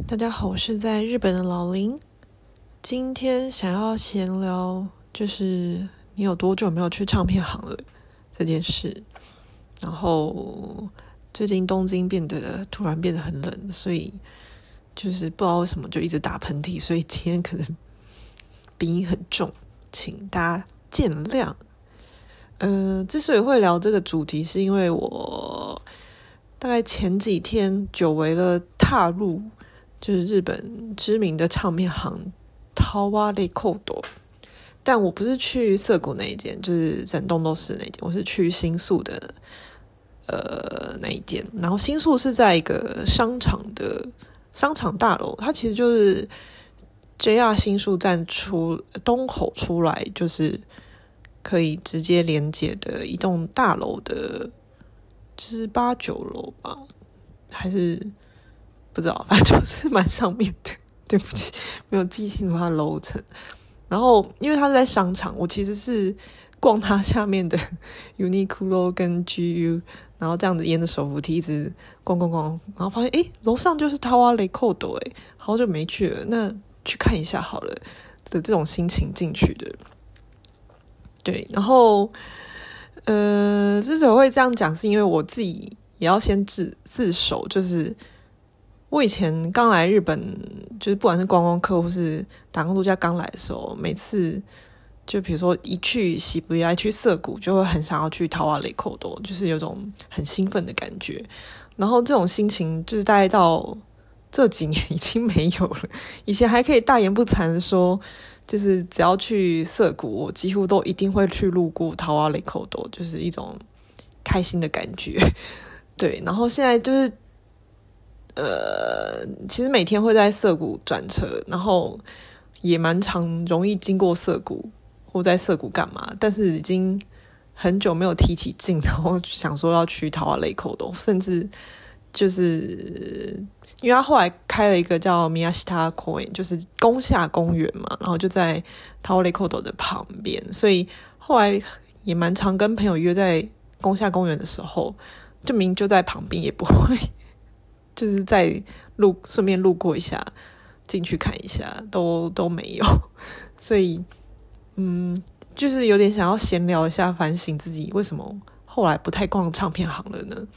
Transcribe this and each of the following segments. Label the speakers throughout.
Speaker 1: 大家好，我是在日本的老林。今天想要闲聊，就是你有多久没有去唱片行了这件事。然后最近东京突然变得很冷，所以就是不知道为什么就一直打喷嚏，所以今天可能鼻音很重，请大家见谅。之所以会聊这个主题，是因为我大概前几天久违了踏入就是日本知名的唱片行Tower Record，但我不是去涩谷那一间，就是整栋都是那一间，我是去新宿的那一间。然后新宿是在一个商场大楼，它其实就是 JR 新宿站东口出来，就是可以直接连接的一栋大楼的，就是8、9楼吧，还是不知道，反正就是蛮上面的。对不起，没有记清楚它的楼层。然后因为它是在商场，我其实是逛它下面的 Uniqlo 跟 GU， 然后这样子沿着手扶梯一直逛，然后发现楼上就是 Tower Record， 好久没去了，那去看一下好了的这种心情进去的。对，然后之所以会这样讲，是因为我自己也要先自首，就是我以前刚来日本，就是不管是观光客或是打工度假刚来的时候，每次就比如说一去喜布亚去涩谷，就会很想要去Tower Record，就是有种很兴奋的感觉。然后这种心情就是大概到这几年已经没有了。以前还可以大言不惭说，就是只要去涩谷，我几乎都一定会去路过Tower Record，就是一种开心的感觉。对，然后现在就是其实每天会在涩谷转车，然后也蛮常容易经过涩谷或在涩谷干嘛，但是已经很久没有提起劲，然后想说要去Tower Record，甚至就是因为他后来开了一个叫Miyashita公园，就是宫下公园嘛，然后就在Tower Record的旁边，所以后来也蛮常跟朋友约在宫下公园的时候，就明明就在旁边，也不会就是在顺便路过一下，进去看一下，都没有。所以就是有点想要闲聊一下，反省自己为什么后来不太逛唱片行了呢？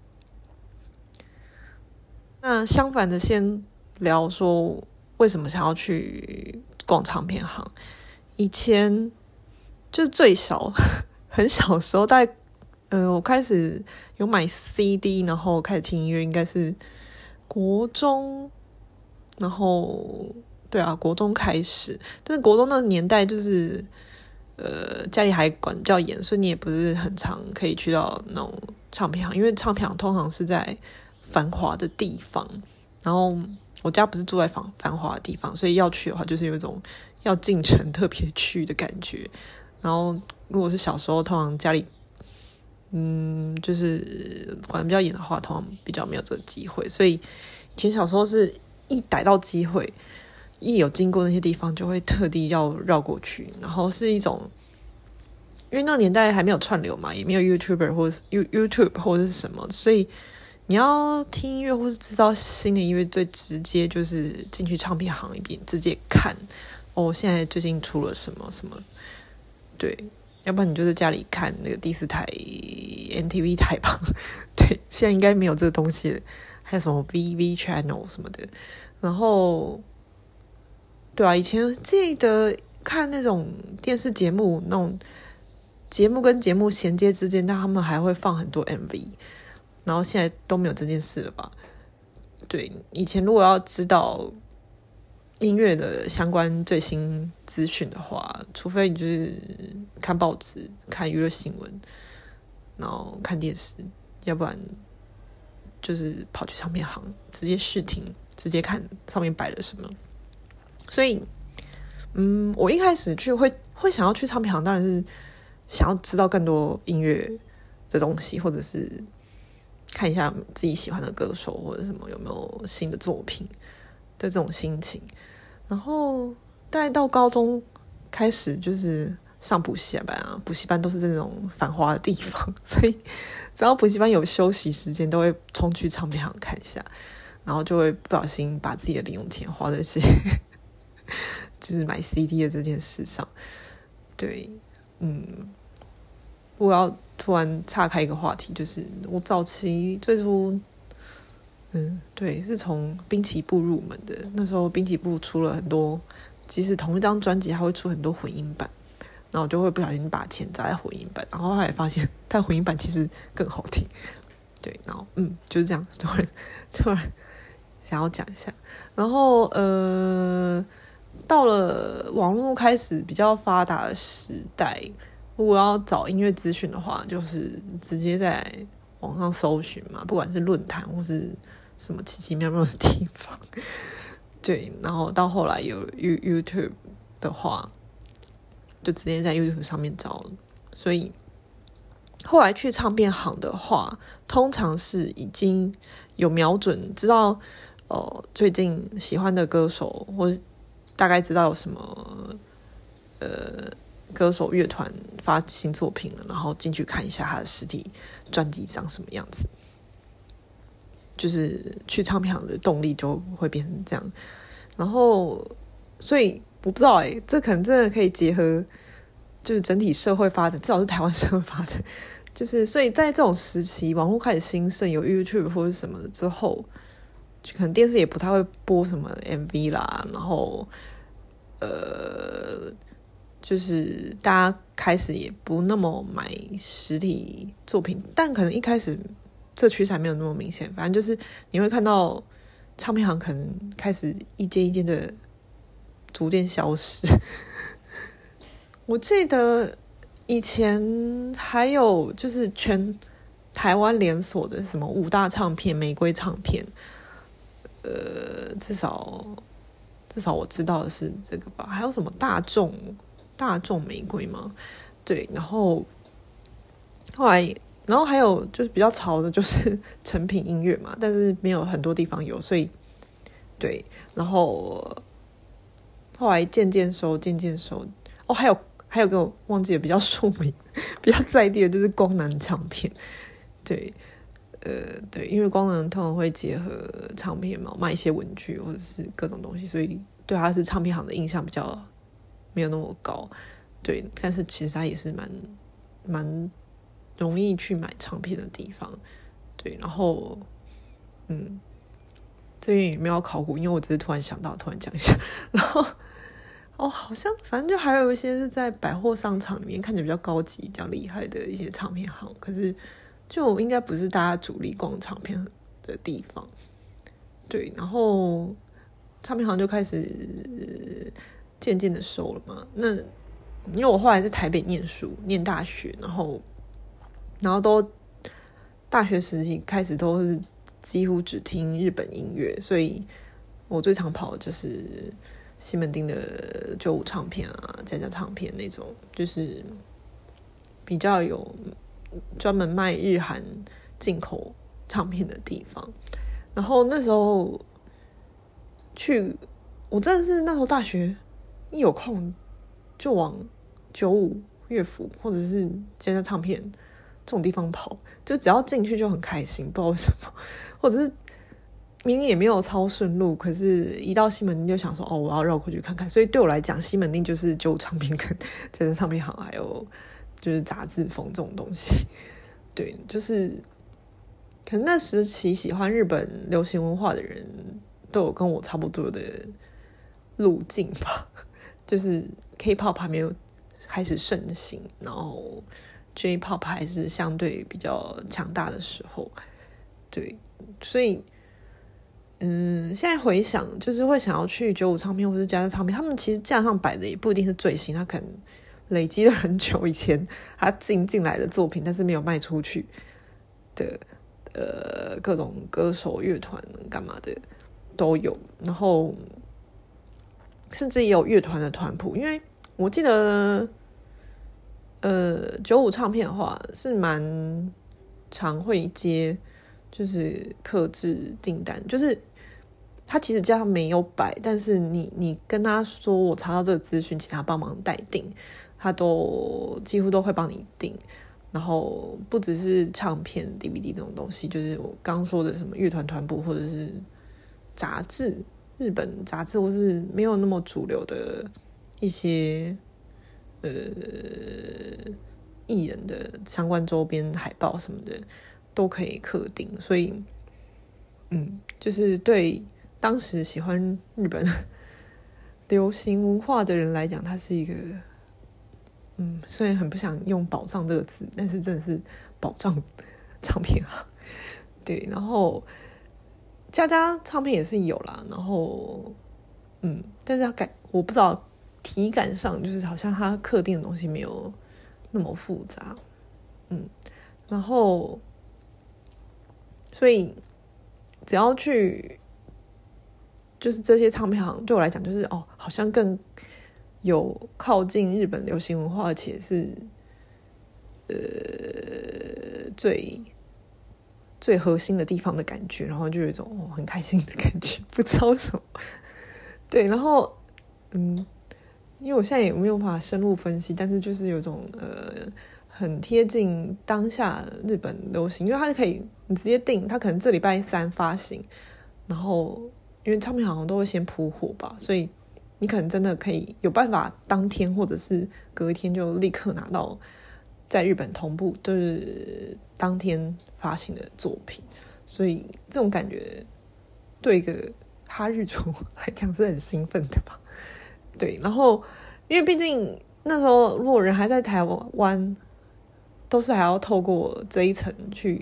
Speaker 1: 那相反的，先聊说为什么想要去逛唱片行。以前就是最小很小的时候，大概我开始有买 CD， 然后开始听音乐，应该是国中，然后对啊，国中开始。但是国中那个年代就是家里还管比较严，所以你也不是很常可以去到那种唱片行，因为唱片行通常是在繁华的地方，然后我家不是住在繁华的地方，所以要去的话就是有一种要进城特别去的感觉。然后如果是小时候，通常家里就是管得比较严的话，通常比较没有这个机会，所以以前小时候是一逮到机会，一有经过那些地方，就会特地要绕过去，然后是一种，因为那个年代还没有串流嘛，也没有 YouTuber 或者是 YouTube 或者是什么，所以你要听音乐或是知道新的音乐，最直接就是进去唱片行里边直接看现在最近出了什么什么，对，要不然你就在家里看那个第4台 NTV 台吧。对，现在应该没有这个东西了，还有什么 VV Channel 什么的。然后对啊，以前记得看那种电视节目，那种节目跟节目衔接之间，但他们还会放很多 MV， 然后现在都没有这件事了吧。对，以前如果要知道音乐的相关最新资讯的话，除非你就是看报纸、看娱乐新闻，然后看电视，要不然就是跑去唱片行直接试听，直接看上面摆了什么。所以我一开始会想要去唱片行，当然是想要知道更多音乐的东西，或者是看一下自己喜欢的歌手或者什么有没有新的作品的这种心情。然后大概到高中开始就是上补习班啊，补习班都是这种繁华的地方，所以只要补习班有休息时间，都会冲去唱片行看一下。 然后就会不小心把自己的零用钱花在些就是买 CD 的这件事上。对，我要突然岔开一个话题，就是我早期最初对，是从滨崎步入门的。那时候滨崎步出了很多，即使同一张专辑，它会出很多混音版，然后我就会不小心把钱砸在混音版，然后后来发现它混音版其实更好听。对，然后就是这样，突然想要讲一下。然后到了网络开始比较发达的时代，如果要找音乐资讯的话，就是直接在网上搜寻嘛，不管是论坛或是什么奇奇妙妙的地方。对，然后到后来有 YouTube 的话，就直接在 YouTube 上面找了。所以后来去唱片行的话，通常是已经有瞄准知道最近喜欢的歌手，或是大概知道有什么歌手乐团发新作品了，然后进去看一下他的实体专辑长什么样子。就是去唱片行的动力就会变成这样。然后所以我不知道这可能真的可以结合就是整体社会发展，至少是台湾社会发展。就是所以在这种时期，网络开始兴盛，有 YouTube 或者什么之后，可能电视也不太会播什么 MV 啦，然后就是大家开始也不那么买实体作品，但可能一开始这趋势还没有那么明显。反正就是你会看到唱片行可能开始一间一间的逐渐消失。我记得以前还有就是全台湾连锁的什么五大唱片、玫瑰唱片，至少我知道的是这个吧。还有什么大众玫瑰吗？对，然后还有就是比较潮的就是成品音乐嘛，但是没有很多地方有，所以对，然后后来渐渐收哦，还有个我忘记了比较著名比较在地的就是光南唱片。对，对，因为光南通常会结合唱片嘛，卖一些文具或者是各种东西，所以对他是唱片行的印象比较没有那么高。对，但是其实他也是蛮容易去买唱片的地方。对，然后这边也没有考古，因为我只是突然想到，突然讲一下。然后好像反正就还有一些是在百货商场里面看起来比较高级、比较厉害的一些唱片行，可是就应该不是大家主力逛唱片的地方。对，然后唱片行就开始渐渐的收了嘛。那因为我后来在台北念大学，然后都大学时期开始都是几乎只听日本音乐，所以我最常跑的就是西门町的95唱片啊、家唱片那种，就是比较有专门卖日韩进口唱片的地方。然后那时候我真的是那时候大学一有空就往95乐府或者是家唱片这种地方跑，就只要进去就很开心，不知道为什么，或者是明明也没有超顺路，可是一到西门町就想说我要绕过去看看。所以对我来讲，西门町就是旧唱片跟这个唱片行，还有就是杂志风这种东西。对，就是可能那时期喜欢日本流行文化的人都有跟我差不多的路径吧。就是 K-pop 还没有开始盛行，然后 J-pop 还是相对比较强大的时候。对，所以现在回想，就是会想要去95唱片或是家唱片，他们其实架上摆的也不一定是最新，他可能累积了很久以前他进来的作品，但是没有卖出去的各种歌手乐团干嘛的都有。然后甚至也有乐团的团谱，因为我记得95唱片的话是蛮常会接就是客制订单，就是他其实家没有摆，但是你跟他说我查到这个资讯，请他帮忙代订，他都几乎都会帮你订。然后不只是唱片 DVD 这种东西，就是我刚说的什么乐团团谱或者是杂志，日本杂志或是没有那么主流的一些艺人的相关周边海报什么的都可以刻订，所以就是对当时喜欢日本流行文化的人来讲，它是一个虽然很不想用宝藏这个词，但是真的是宝藏唱片行。对，然后家家唱片也是有啦，然后但是我不知道体感上就是好像它刻定的东西没有那么复杂，然后所以只要去就是这些唱片行对我来讲就是好像更有靠近日本流行文化，而且是最核心的地方的感觉，然后就有一种很开心的感觉，不知道什么。对，然后因为我现在也没有办法深入分析，但是就是有一种很贴近当下日本流行，因为它可以你直接订，它可能这礼拜3发行，然后因为唱片行都会先铺货吧，所以你可能真的可以有办法当天或者是隔一天就立刻拿到在日本同步就是当天发行的作品，所以这种感觉对一个哈日族来讲是很兴奋的吧。对，然后因为毕竟那时候如果人还在台湾，都是还要透过这一层去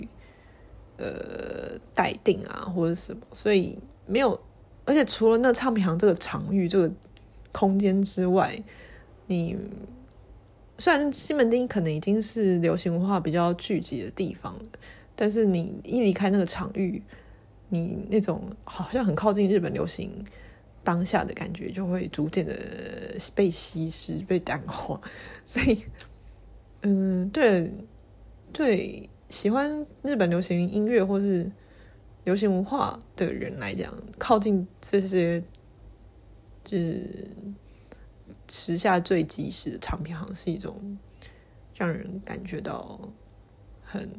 Speaker 1: 待定啊或者什么，所以没有，而且除了那唱片行这个场域这个空间之外，你虽然西门町可能已经是流行文化比较聚集的地方了，但是你一离开那个场域，你那种好像很靠近日本流行当下的感觉就会逐渐的被稀释被淡化，所以对喜欢日本流行音乐或是流行文化的人来讲，靠近这些就是时下最及时的唱片行是一种让人感觉到很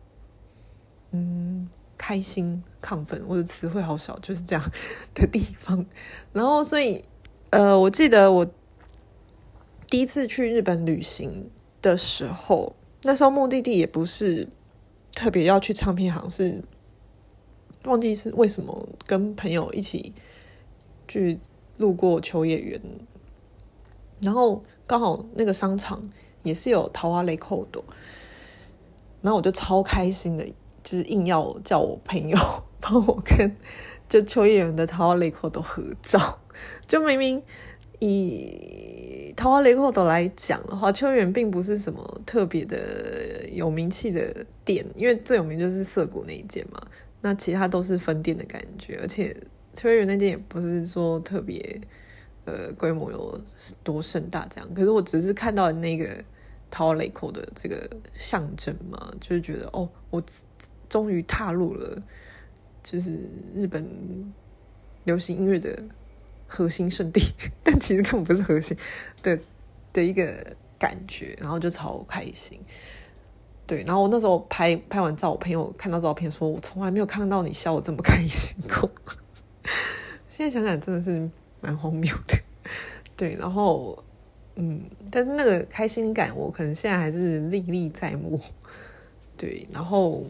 Speaker 1: 开心亢奋，我的词汇好少，就是这样的地方。然后所以我记得我第一次去日本旅行的时候，那时候目的地也不是特别要去唱片行，是忘记是为什么跟朋友一起去路过秋叶原，然后刚好那个商场也是有桃花雷扣斗，然后我就超开心的，就是硬要叫我朋友帮我跟就秋叶原的桃花雷扣斗合照。就明明以桃花雷扣斗来讲的话，秋叶原并不是什么特别的有名气的店，因为最有名就是涩谷那一间嘛，那其他都是分店的感觉，而且秋叶原那间也不是说特别规模有多盛大这样，可是我只是看到那个桃花雷扣的这个象征嘛，就是觉得我终于踏入了就是日本流行音乐的核心圣地，但其实根本不是核心的一个感觉，然后就超开心。对，然后我那时候拍完照，我朋友看到照片说，我从来没有看到你笑得这么开心过。现在想想真的是蛮荒谬的。对，然后但是那个开心感我可能现在还是历历在目。对，然后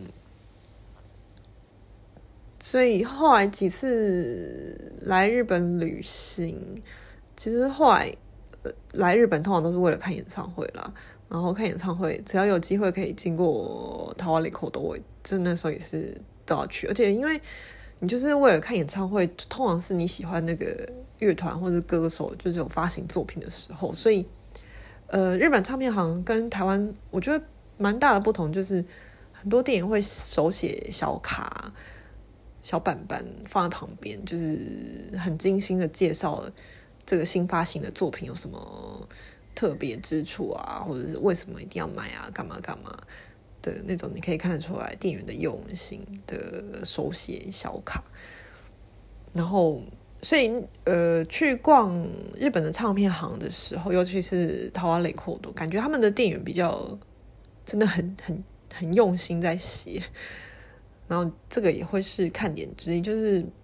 Speaker 1: 所以后来几次来日本旅行，其实后来来日本通常都是为了看演唱会啦，然后看演唱会只要有机会可以经过桃花雷扣斗，我真的那时候也是都要去，而且因为你就是为了看演唱会，通常是你喜欢那个乐团或者歌手就是有发行作品的时候，所以日本唱片行跟台湾我觉得蛮大的不同，就是很多电影会手写小卡小板板放在旁边，就是很精心的介绍这个新发行的作品有什么特别之处啊，或者是为什么一定要买啊，干嘛干嘛的那种，你可以看得出来店员的用心的手写小卡。然后所以去逛日本的唱片行的时候，尤其是桃花雷扣斗，感觉他们的店员比较真的很用心在写，然后这个也会是看点之一，就是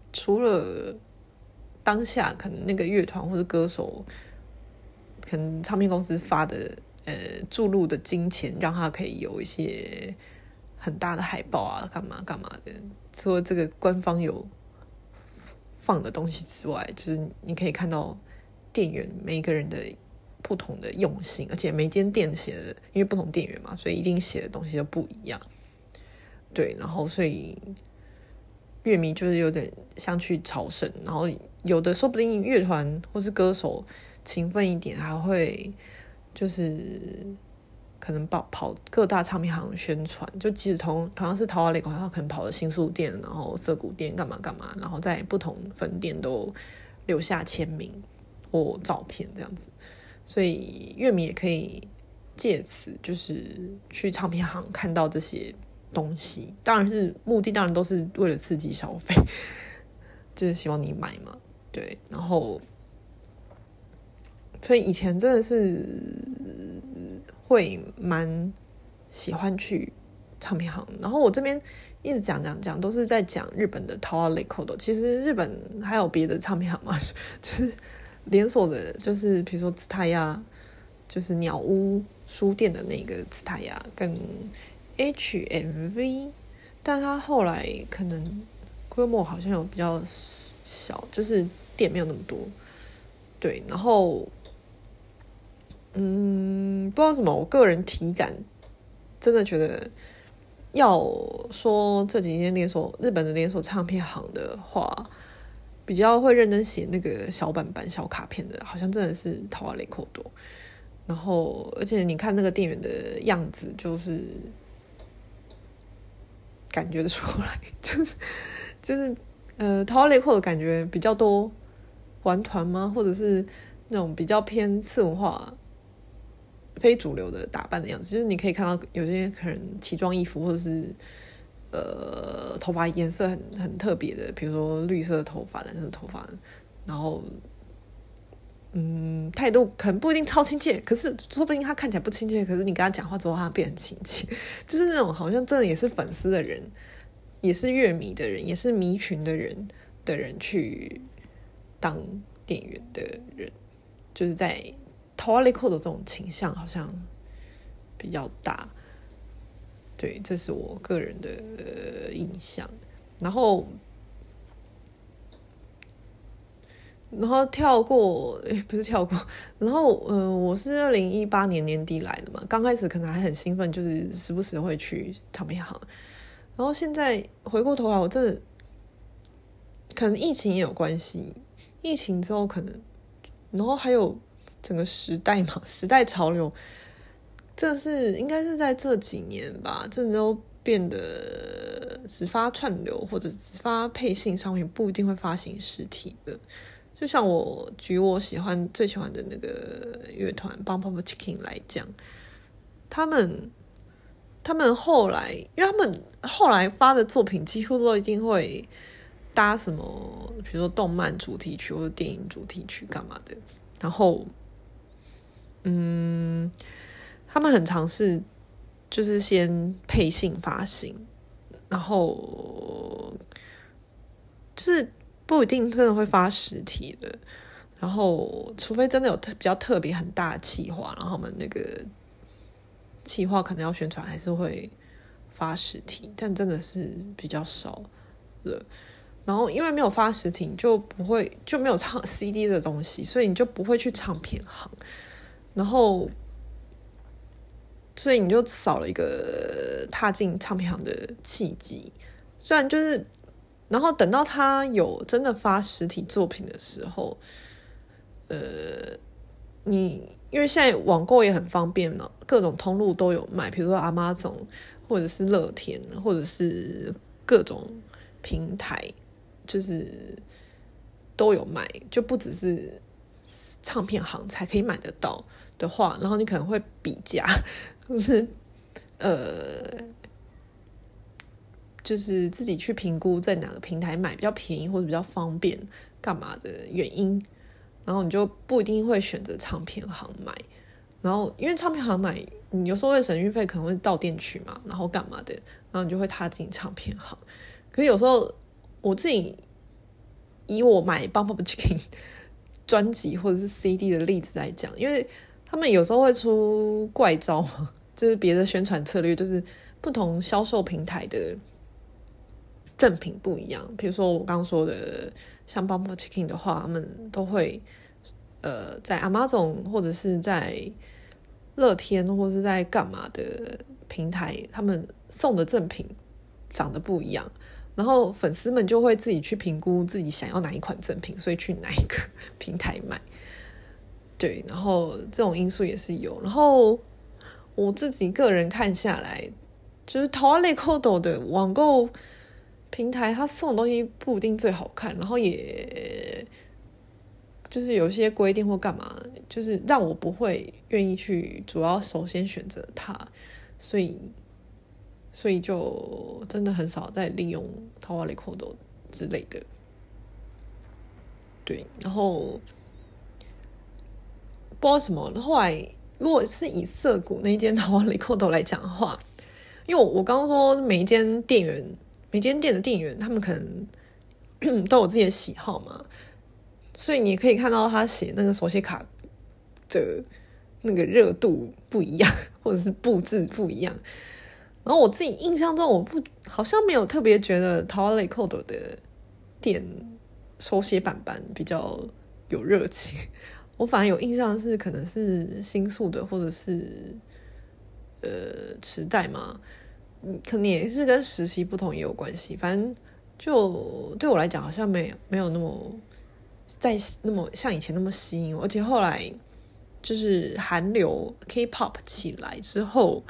Speaker 1: 除了当下可能那个乐团或者歌手，可能唱片公司发的注入的金钱，让他可以有一些很大的海报啊，干嘛干嘛的。除了这个官方有放的东西之外，就是你可以看到店员每一个人的不同的用心，而且每间店写的，因为不同店员嘛，所以一定写的东西都不一样。对，然后所以乐迷就是有点像去朝圣，然后有的说不定乐团或是歌手勤奋一点，还会就是可能跑各大唱片行宣传，就即使同样是桃花雷口，他可能跑了新宿店，然后涩谷店干嘛干嘛，然后在不同分店都留下签名或照片这样子，所以乐迷也可以借此就是去唱片行看到这些东西，当然是目的当然都是为了刺激消费，就是希望你买嘛，对，然后所以以前真的是会蛮喜欢去唱片行，然后我这边一直讲都是在讲日本的桃花雷口的，其实日本还有别的唱片行嘛，就是连锁的，就是比如说蔦屋，就是鸟屋书店的那个蔦屋跟 HMV， 但它后来可能规模好像有比较小，就是店没有那么多，对，然后不知道什么，我个人体感真的觉得，要说这几天日本的连锁唱片行的话，比较会认真写那个小版本小卡片的，好像真的是桃花雷口多。然后而且你看那个店员的样子，就是感觉得出来，就是桃花雷口的感觉比较多玩团吗，或者是那种比较偏次文化非主流的打扮的样子，就是你可以看到有些可能奇装异服，或者是头发颜色很特别的，比如说绿色的头发、蓝色的头发，然后态度可能不一定超亲切，可是说不定他看起来不亲切，可是你跟他讲话之后他变很亲切，就是那种好像真的也是粉丝的人，也是乐迷的人，也是迷群的人去当店员的人，就是在桃花雷口的这种倾向好像比较大，对，这是我个人的印象。然后跳过，不是跳过，然后我是2018年年底来的嘛，刚开始可能还很兴奋，就是时不时会去唱片行，然后现在回过头来，我真的可能疫情也有关系，疫情之后可能，然后还有整个时代嘛，时代潮流，这是应该是在这几年吧，这都变得只发串流或者只发配信商品，不一定会发行实体的。就像我举我最喜欢的那个乐团 Bump of Chicken 来讲，他们后来，因为他们后来发的作品几乎都一定会搭什么，比如说动漫主题曲或者电影主题曲干嘛的，然后他们很尝试就是先配信发行，然后就是不一定真的会发实体的，然后除非真的有比较特别很大的企划，然后他们那个企划可能要宣传还是会发实体，但真的是比较少了。然后因为没有发实体，就没有唱 CD 的东西，所以你就不会去唱片行，然后所以你就少了一个踏进唱片行的契机。虽然就是，然后等到他有真的发实体作品的时候，因为现在网购也很方便了，各种通路都有卖，比如说 Amazon 或者是乐天，或者是各种平台，就是都有卖，就不只是唱片行才可以买得到的话，然后你可能会比价，就是自己去评估在哪个平台买比较便宜或者比较方便干嘛的原因，然后你就不一定会选择唱片行买，然后因为唱片行买你有时候会省运费，可能会到店去嘛，然后干嘛的，然后你就会踏进唱片行。可是有时候我自己以我买 Bump Up Chicken 专辑或者是 CD 的例子来讲，因为他们有时候会出怪招嘛，就是别的宣传策略，就是不同销售平台的赠品不一样。比如说我刚刚说的像 Bump Up Chicken 的话，他们都会在 Amazon 或者是在乐天或者是在干嘛的平台，他们送的赠品长得不一样，然后粉丝们就会自己去评估自己想要哪一款赠品，所以去哪一个平台买。对，然后这种因素也是有。然后我自己个人看下来，就是淘阿类扣斗的网购平台，它送的东西不一定最好看，然后也就是有些规定或干嘛，就是让我不会愿意去主要首先选择它，所以就真的很少在利用淘阿类扣斗之类的。对，然后不知道什么，后来如果是以涩谷那一间淘阿雷扣斗来讲的话，因为我刚刚说每间店的店员他们可能都有自己的喜好嘛，所以你也可以看到他写那个手写卡的那个热度不一样，或者是布置不一样。然后我自己印象中，好像没有特别觉得淘阿雷扣斗的店手写板比较有热情。我反而有印象是可能是新宿的，或者是池袋嘛，可能也是跟时期不同也有关系。反正就对我来讲，好像没有那么像以前那么吸引我。而且后来就是韩流 K-pop 起来之后，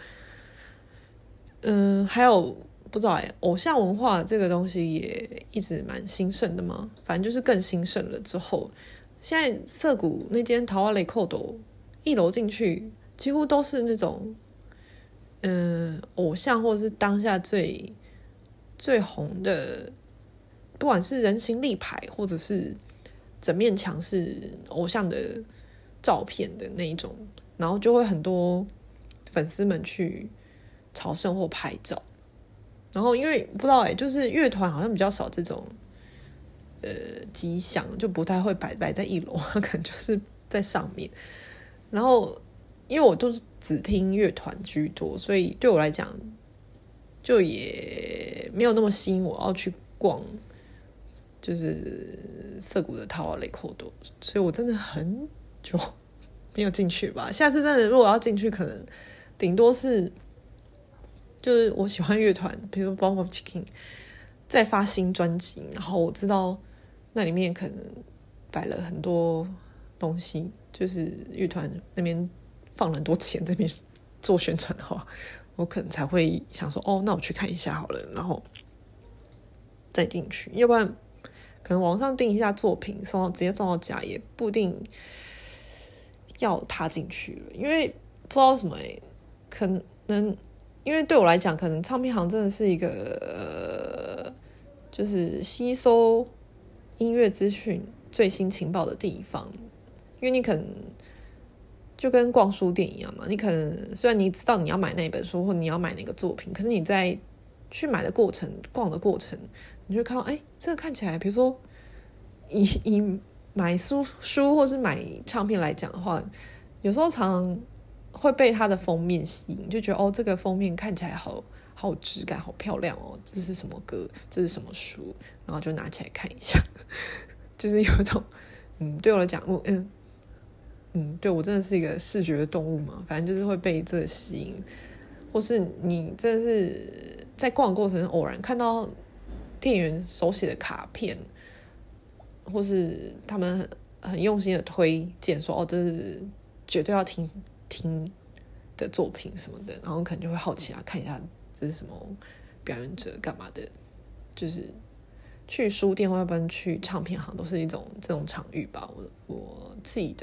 Speaker 1: 还有不知道偶像文化这个东西也一直蛮兴盛的嘛。反正就是更兴盛了之后。现在涩谷那间淘阿雷扣斗一楼进去几乎都是那种偶像或者是当下最红的，不管是人形立牌或者是整面墙是偶像的照片的那一种，然后就会很多粉丝们去朝圣或拍照。然后因为不知道就是乐团好像比较少这种吉祥，就不太会摆在一楼，可能就是在上面。然后因为我都是只听乐团居多，所以对我来讲就也没有那么吸引我要去逛就是涩谷的淘阿雷扣斗，所以我真的很久没有进去吧。下次真的如果要进去，可能顶多是就是我喜欢乐团，比如 Bump Up Chicken 再发新专辑，然后我知道那里面可能摆了很多东西，就是乐团那边放了很多钱这边做宣传的话，我可能才会想说那我去看一下好了，然后再进去。要不然可能网上订一下作品直接送到家，也不一定要踏进去了。因为不知道什么可能因为对我来讲，可能唱片行真的是一个就是吸收音乐资讯最新情报的地方。因为你可能就跟逛书店一样嘛，你可能虽然你知道你要买那本书或你要买哪个作品，可是你在去买的过程逛的过程，你就会看到这个看起来，比如说以买书或是买唱片来讲的话，有时候常会被它的封面吸引，就觉得这个封面看起来好有质感，好漂亮这是什么歌，这是什么书，然后就拿起来看一下。就是有一种对我来讲对，我真的是一个视觉的动物嘛，反正就是会被这吸引。或是你真的是在逛的过程中偶然看到店员手写的卡片，或是他们很用心的推荐说这是绝对要听的作品什么的，然后可能就会好奇看一下这是什么表演者干嘛的。就是去书店或要不然去唱片行都是一种这种场域吧，我自己的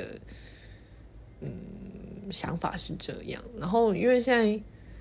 Speaker 1: 想法是这样。然后因为现在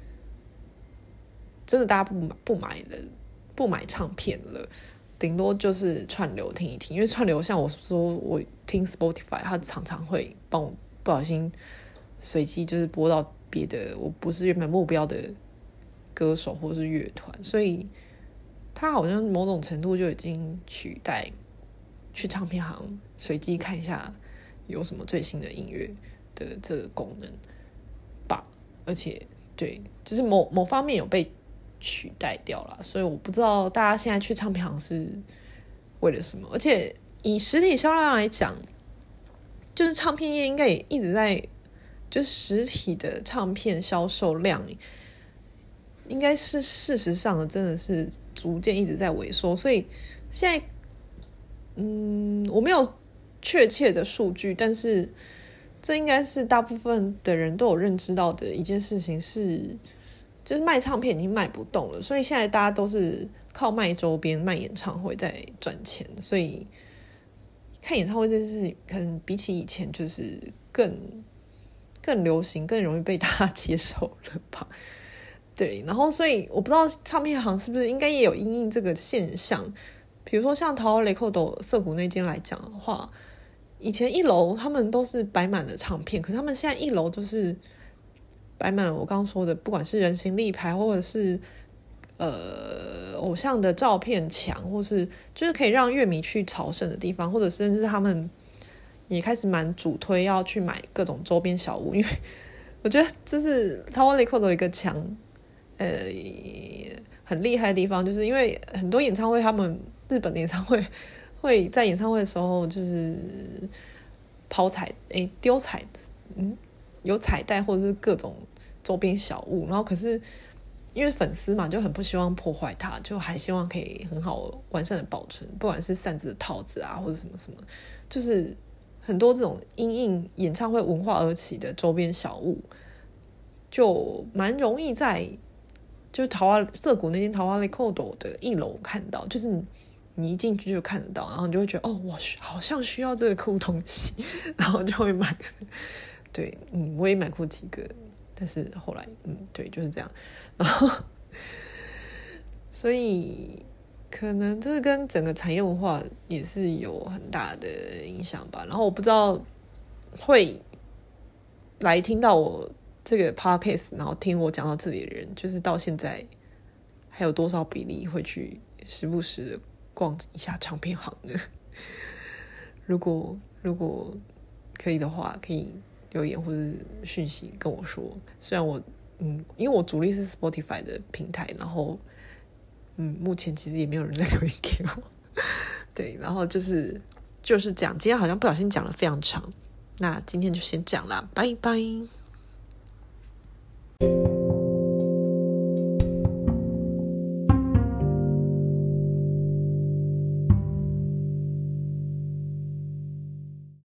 Speaker 1: 真的大家不买唱片了，顶多就是串流听一听。因为串流像我说我听 Spotify， 它常常会帮我不小心随机就是播到别的我不是原本目标的歌手或是乐团，所以它好像某种程度就已经取代去唱片行随机看一下有什么最新的音乐的这个功能吧。而且对，就是某方面有被取代掉了，所以我不知道大家现在去唱片行是为了什么。而且以实体销量来讲，就是唱片业应该也一直在，就是实体的唱片销售量应该是事实上真的是逐渐一直在萎缩。所以现在我没有确切的数据，但是这应该是大部分的人都有认知到的一件事情是，就是卖唱片已经卖不动了，所以现在大家都是靠卖周边、卖演唱会在赚钱。所以看演唱会这件事可能比起以前就是更流行、更容易被大家接受了吧。对，然后所以我不知道唱片行是不是应该也有因应这个现象。比如说像桃花雷扣斗涩谷那间来讲的话，以前一楼他们都是摆满了唱片，可是他们现在一楼就是摆满了我刚刚说的，不管是人形立牌或者是偶像的照片墙，或是就是可以让乐迷去朝圣的地方，或者甚至他们也开始蛮主推要去买各种周边小物。因为我觉得这是桃花雷扣斗一个很厉害的地方，就是因为很多演唱会，他们日本的演唱会会在演唱会的时候就是丢彩有彩带或者是各种周边小物，然后可是因为粉丝嘛就很不希望破坏它，就还希望可以很好完善的保存，不管是扇子的套子啊或者什么什么，就是很多这种因应演唱会文化而起的周边小物，就蛮容易在就是涩谷那间桃花雷扣斗的一楼看到，就是你一进去就看得到，然后你就会觉得哦，我好像需要这个酷东西，然后就会买。对，我也买过几个，但是后来对，就是这样。然后所以可能这跟整个产业文化也是有很大的影响吧。然后我不知道会来听到我这个 podcast 然后听我讲到这里的人，就是到现在还有多少比例会去时不时的逛一下唱片行呢？如果可以的话，可以留言或者讯息跟我说。虽然我因为我主力是 Spotify 的平台，然后目前其实也没有人在留言给我。对，然后就是这样。今天好像不小心讲了非常长，那今天就先讲啦，拜拜。